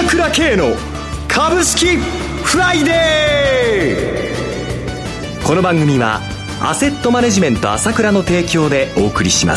倉慶の株式フライデー。この番組はアセットマネジメント朝倉の提供でお送りします。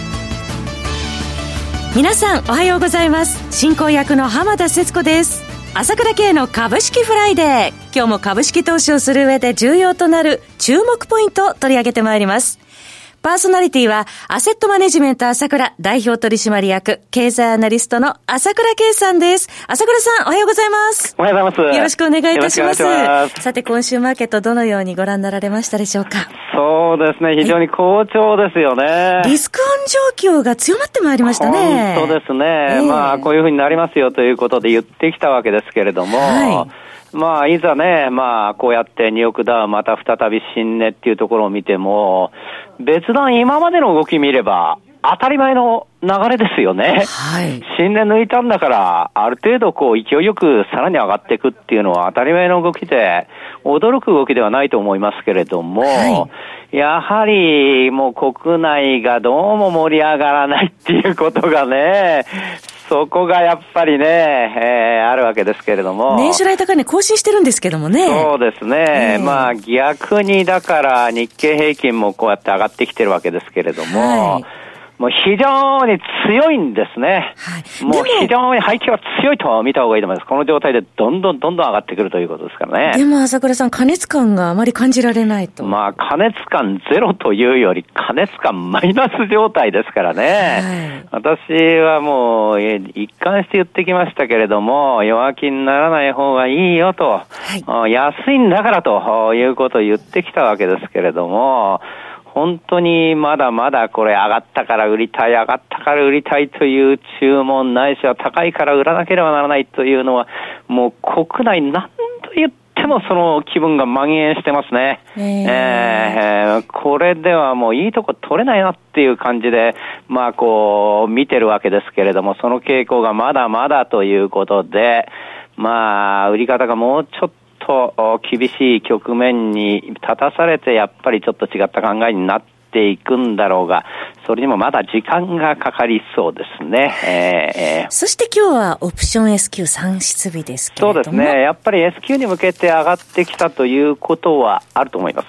皆さんおはようございます。進行役の浜田節子です。朝倉慶の株式フライデー。今日も株式投資をする上で重要となる注目ポイントを取り上げてまいります。パーソナリティはアセットマネジメント朝倉代表取締役経済アナリストの朝倉慶さんです。朝倉さんおはようございます。 おはようございます。 よろしくお願いいたします。 さて今週マーケットどのようにご覧になられましたでしょうか。 そうですね、非常に好調ですよね。 リスクオン状況が強まってまいりましたね。 本当ですね、まあこういうふうになりますよということで言ってきたわけですけれども、まあいざね、まあこうやってニューヨークダウまた再び新値っていうところを見ても、別段今までの動き見れば当たり前の流れですよね。新値抜いたんだからある程度こう勢いよくさらに上がっていくっていうのは当たり前の動きで驚く動きではないと思いますけれども、やはりもう国内がどうも盛り上がらないっていうことがね、そこがやっぱりね、あるわけですけれども。 年初来高値更新してるんですけどもね。 そうですね。まあ逆にだから日経平均もこうやって上がってきてるわけですけれども、もう非常に強いんですね。もう非常に背景は強いと見た方がいいと思います。この状態でどんどん上がってくるということですからね。 でも朝倉さん、過熱感があまり感じられないと。 まあ過熱感ゼロというより過熱感マイナス状態ですからね。私はもう一貫して言ってきましたけれども、弱気にならない方がいいよと、安いんだからということを言ってきたわけですけれども、本当にまだまだこれ上がったから売りたい、上がったから売りたいという注文ないしは高いから売らなければならないというのは、もう国内何と言ってもその気分が蔓延してますね。これではもういいとこ取れないなっていう感じで、まあこう見てるわけですけれども、その傾向がまだまだということで、まあ売り方がもうちょっと厳しい局面に立たされてやっぱりちょっと違った考えになっていくんだろうが、それにもまだ時間がかかりそうですね。 そして今日はオプション S q 算出日ですけれども。 そうですね。やっぱり S q に向けて上がってきたということはあると思います。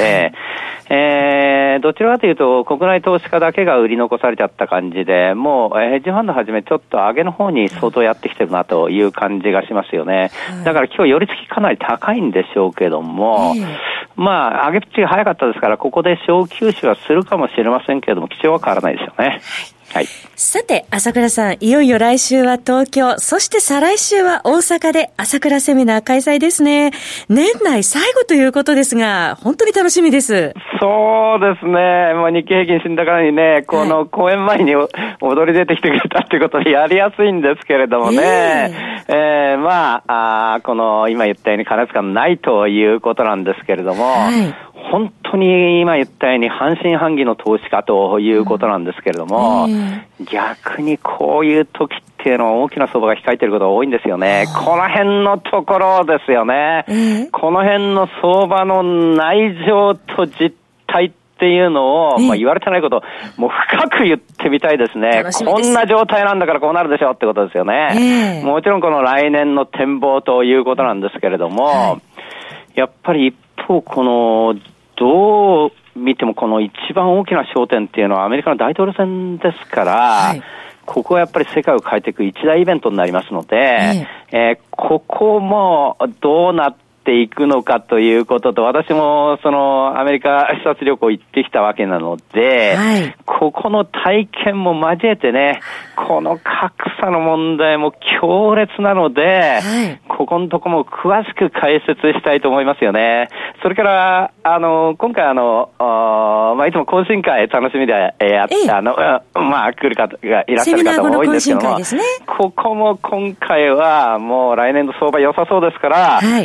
どちらかというと国内投資家だけが売り残されちゃった感じで、もうヘッジファンドはじめちょっと上げの方に相当やってきてるなという感じがしますよね。だから今日寄り付きかなり高いんでしょうけども、まあ上げっぷちが早かったですから、ここで小吸収はするかもしれませんけれども、基調は変わらないですよね。 さて朝倉さん、いよいよ来週は東京、そして再来週は大阪で朝倉セミナー開催ですね。年内最後ということですが、本当に楽しみです。 そうですね。もう日経平均死んだからにね、この公演前に踊り出てきてくれたってことでやりやすいんですけれどもね。まあ、この今言ったように過熱感ないということなんですけれども、本当に今言ったように半信半疑の投資家ということなんですけれども、逆にこういう時っていうのは大きな相場が控えていることが多いんですよね。この辺のところですよね。この辺の相場の内情と実態っていうのを、まあ言われてないことをもう深く言ってみたいですね。こんな状態なんだからこうなるでしょってことですよね。もちろんこの来年の展望ということなんですけれども、やっぱり一方このどう見てもこの一番大きな焦点っていうのはアメリカの大統領選ですから、ここはやっぱり世界を変えていく一大イベントになりますので、ここもどうなっていくのかということと、私もそのアメリカ視察旅行行ってきたわけなので、ここの体験も交えてね、この格差の問題も強烈なので、ここのとこも詳しく解説したいと思いますよね。それから今回まあいつも懇親会楽しみでやってまあ来る方がいらっしゃる方も多いんですけども、ここも今回はもう来年の相場良さそうですから、今回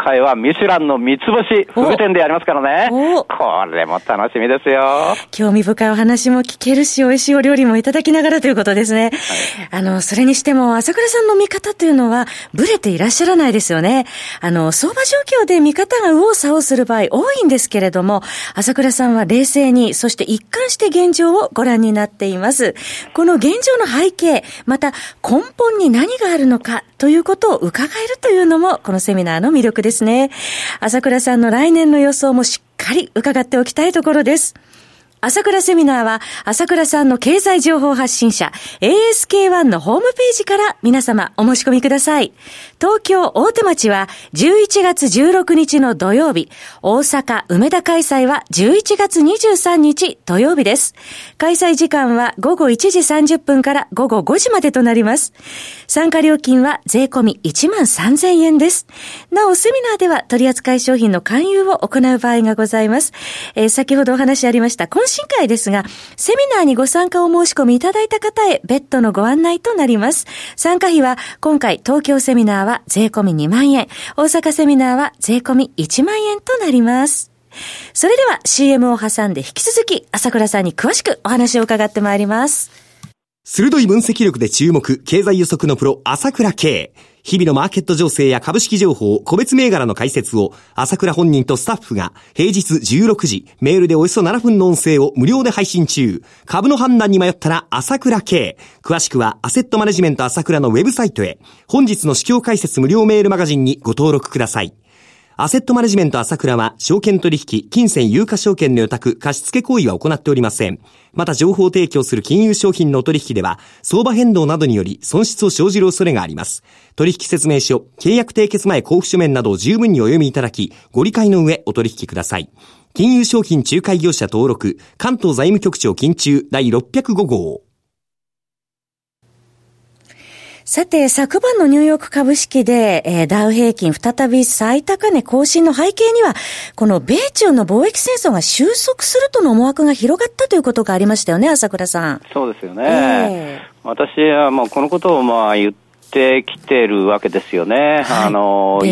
回はミシュランの三つ星、フグ店でやりますからね。これも楽しみですよ。 興味深いお話も聞けるし、美味しいお料理もいただきながらということですね。はい、それにしても、朝倉さんの見方というのは、ブレていらっしゃらないですよね。相場状況で見方が右往左往する場合多いんですけれども、朝倉さんは冷静に、そして一貫して現状をご覧になっています。この現状の背景、また根本に何があるのかということを伺えるというのもこのセミナーの魅力ですね。朝倉さんの来年の予想もしっかり伺っておきたいところです。朝倉セミナーは朝倉さんの経済情報発信者 ASK-1 のホームページから皆様お申し込みください。東京大手町は11月16日の土曜日、大阪梅田開催は11月23日土曜日です。開催時間は午後1時30分から午後5時までとなります。参加料金は税込み13,000円です。なおセミナーでは取扱い商品の勧誘を行う場合がございます。先ほどお話ありました懇親会ですが、セミナーにご参加を申し込みいただいた方へ別途のご案内となります。参加費は今回東京セミナーは税込み2万円、大阪セミナーは税込み1万円となります。それでは CM を挟んで引き続き朝倉さんに詳しくお話を伺ってまいります。 鋭い分析力で注目、経済予測のプロ朝倉慶。日々のマーケット情勢や株式情報、個別銘柄の解説を朝倉本人とスタッフが平日16時、メールでおよそ7分の音声を無料で配信中。株の判断に迷ったら朝倉慶。詳しくはアセットマネジメント朝倉のウェブサイトへ。本日の市況解説無料メールマガジンにご登録ください。アセットマネジメント朝倉は証券取引、金銭有価証券の予託、貸付行為は行っておりません。また情報提供する金融商品の取引では相場変動などにより損失を生じる恐れがあります。取引説明書、契約締結前交付書面などを十分にお読みいただき、ご理解の上お取引ください。金融商品仲介業者登録、関東財務局長金中第605号。 さて、昨晩のニューヨーク株式で、ダウ平均再び最高値更新の背景には、この米中の貿易戦争が収束するとの思惑が広がったということがありましたよね、朝倉さん。 そうですよね。私はもうこのことを言ってきてるわけですよね。はい、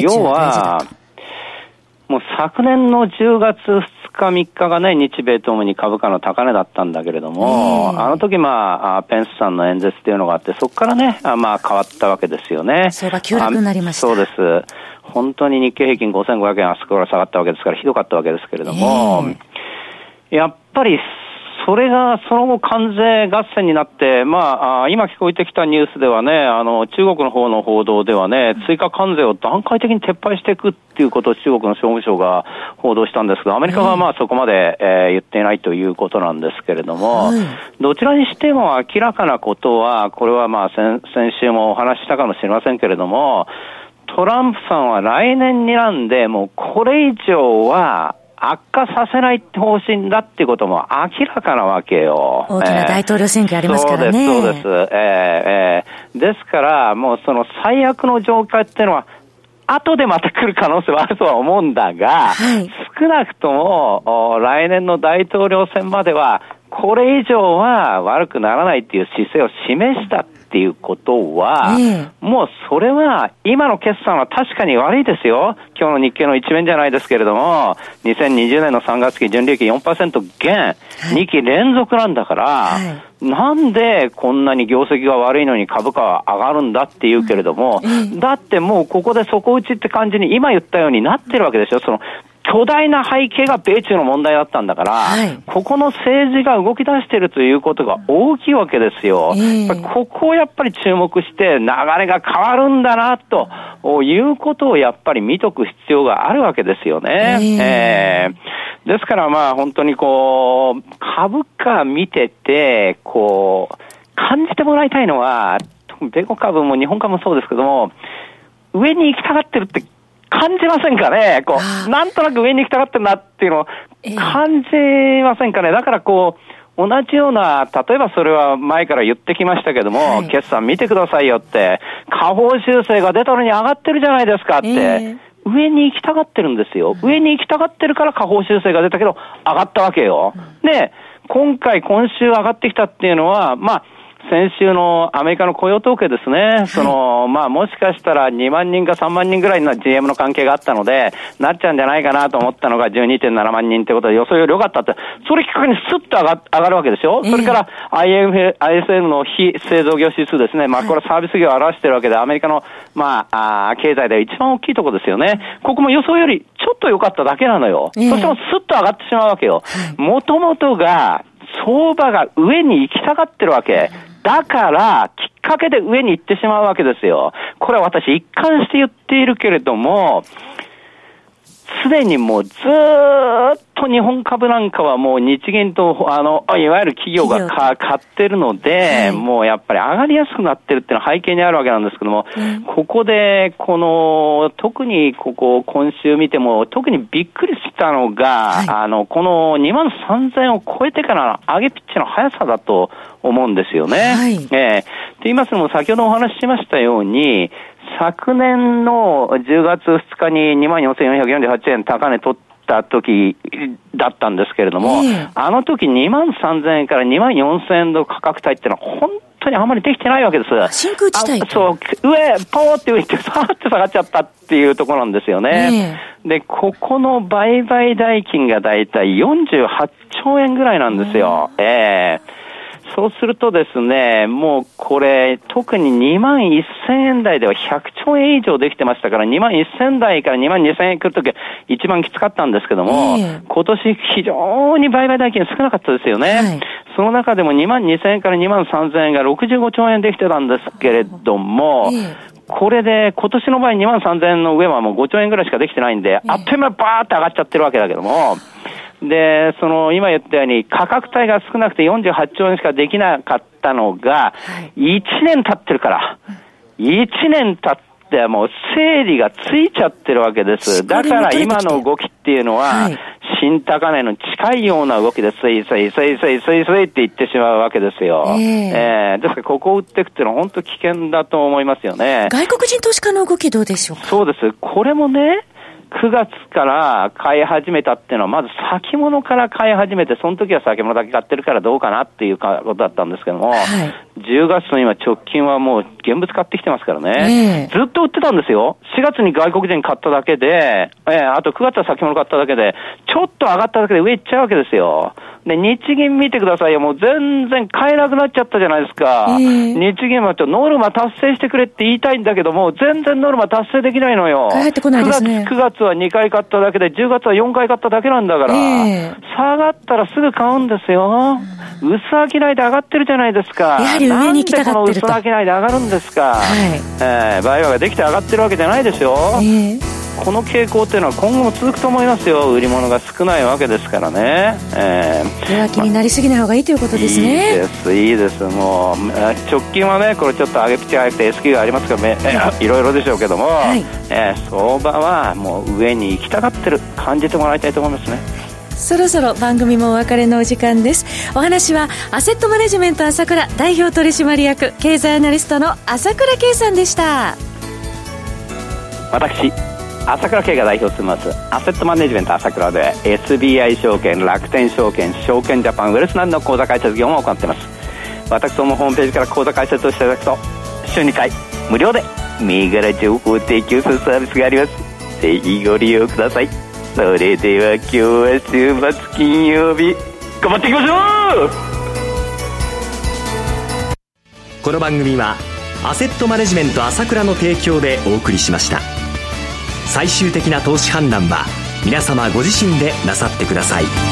要は、もう昨年の10月2日3日がね、日米ともに株価の高値だったんだけれども、あの時ペンスさんの演説っていうのがあって、そこからね、変わったわけですよね。 相場急落になりました。 そうです。本当に日経平均5500円あそこから下がったわけですから、ひどかったわけですけれども、やっぱりそれがその後関税合戦になって、今聞こえてきたニュースではね、中国の方の報道ではね、追加関税を段階的に撤廃していくっていうことを中国の商務省が報道したんですが、アメリカはそこまで、言っていないということなんですけれども、どちらにしても明らかなことは、これは先週もお話ししたかもしれませんけれども、トランプさんは来年にらんで、もうこれ以上は悪化させない方針だっていうことも明らかなわけよ。 大きな大統領選挙ありますからね。 そうです、そうです。ですから、もうその最悪の状態っていうのは、後でまた来る可能性はあるとは思うんだが、少なくとも来年の大統領選までは、これ以上は悪くならないっていう姿勢を示したっていうことは、もうそれは今の決算は確かに悪いですよ。今日の日経の一面じゃないですけれども、2020年の3月期純利益 4% 減、2期連続なんだから、なんでこんなに業績が悪いのに株価は上がるんだって言うけれども、だってもうここで底打ちって感じに今言ったようになってるわけですよ。その巨大な背景が米中の問題だったんだから、ここの政治が動き出しているということが大きいわけですよ。ここをやっぱり注目して流れが変わるんだなということをやっぱり見とく必要があるわけですよね。ですから本当に株価見てて感じてもらいたいのは、米国株も日本株もそうですけども、上に行きたがってるって感じませんかね。なんとなく上に行きたがってるなっていうのを感じませんかね。だから同じような、例えばそれは前から言ってきましたけども、決算見てくださいよって、下方修正が出たのに上がってるじゃないですかって、上に行きたがってるんですよ。上に行きたがってるから下方修正が出たけど上がったわけよ。で、今週上がってきたっていうのは、 先週のアメリカの雇用統計ですね、もしかしたら2万人か3万人ぐらいの GM の関係があったので、なっちゃうんじゃないかなと思ったのが 12.7 万人ってことで予想より良かったって、それきっかけにスッと上がるわけですよ。それから ISM の非製造業指数ですね、これサービス業を表しているわけで、アメリカの、経済では一番大きいところですよね。ここも予想よりちょっと良かっただけなのよ。そしてもスッと上がってしまうわけよ。もともとが、相場が上に行きたがってるわけ。だから、きっかけで上に行ってしまうわけですよ。これは私一貫して言っているけれども、すでにもうずーっと日本株なんかはもう日銀といわゆる企業が買ってるので、もうやっぱり上がりやすくなってるっていうのは背景にあるわけなんですけども、ここで特に今週見ても特にびっくりしたのが、この23,000を超えてからの上げピッチの速さだと思うんですよね。と言いますのも先ほどお話ししましたように、昨年の10月2日に 24,448 円高値取った時だったんですけれども、あの時 23,000 円から 24,000 円の価格帯ってのは本当にあまりできてないわけです。 真空地帯そう、上、ポーって上行って、さーって下がっちゃったっていうところなんですよね。で、ここの売買代金がだいたい48兆円ぐらいなんですよ。そうするとですね、もうこれ、特に 21,000 円台では100兆円以上できてましたから、21,000 台から 22,000 円来るときは一番きつかったんですけども、今年非常に売買代金少なかったですよね。その中でも 22,000 円から 23,000 円が65兆円できてたんですけれども、これで今年の場合 23,000 円の上はもう5兆円ぐらいしかできてないんで、あっという間にバーって上がっちゃってるわけだけども、で、今言ったように価格帯が少なくて48兆円しかできなかったのが、1年経ってるから、1年経ってもう整理がついちゃってるわけです。だから今の動きっていうのは、新高値の近いような動きでスイスイスイスイスイスイって言ってしまうわけですよ。ですからここを打っていくっていうのは本当危険だと思いますよね。 外国人投資家の動きどうでしょうか。 そうです。これもね、9月から買い始めたっていうのは、まず先物から買い始めて、その時は先物だけ買ってるからどうかなっていうことだったんですけども、10月の今直近はもう現物買ってきてますからね、ずっと売ってたんですよ。4月に外国人買っただけで、あと9月は先物買っただけで、ちょっと上がっただけで上行っちゃうわけですよ。で、日銀見てくださいよ。もう全然買えなくなっちゃったじゃないですか。日銀はノルマ達成してくれって言いたいんだけども、全然ノルマ達成できないのよ。 帰ってこないですね。 9月は2回買っただけで、10月は4回買っただけなんだから、下がったらすぐ買うんですよ。薄商いで上がってるじゃないですか。 やはり上に行きたがってると。 なんでこの薄商いで上がるんですか。売買ができて上がってるわけじゃないでしょ。この傾向っていうのは今後も続くと思いますよ。売り物が少ないわけですからね。 弱気になりすぎない方がいいということですね。 いいです。もう直近はね、これちょっと上げピッチが早くて S q がありますからね、いろいろでしょうけども、相場はもう上に行きたがってる、感じてもらいたいと思いますね。 そろそろ番組もお別れのお時間です。お話はアセットマネジメント朝倉代表取締役経済アナリストの朝倉圭さんでした。 私朝倉圭が代表を務めますアセットマネジメント朝倉で SBI 証券、楽天証券、証券ジャパン、ウェルスナビの口座開設業務を行っています。私どもホームページから口座開設をしていただくと週2回無料で銘柄情報を提供するサービスがあります。ぜひご利用ください。それでは今日は週末金曜日、頑張っていきましょう。 この番組はアセットマネジメント朝倉の提供でお送りしました。最終的な投資判断は皆様ご自身でなさってください。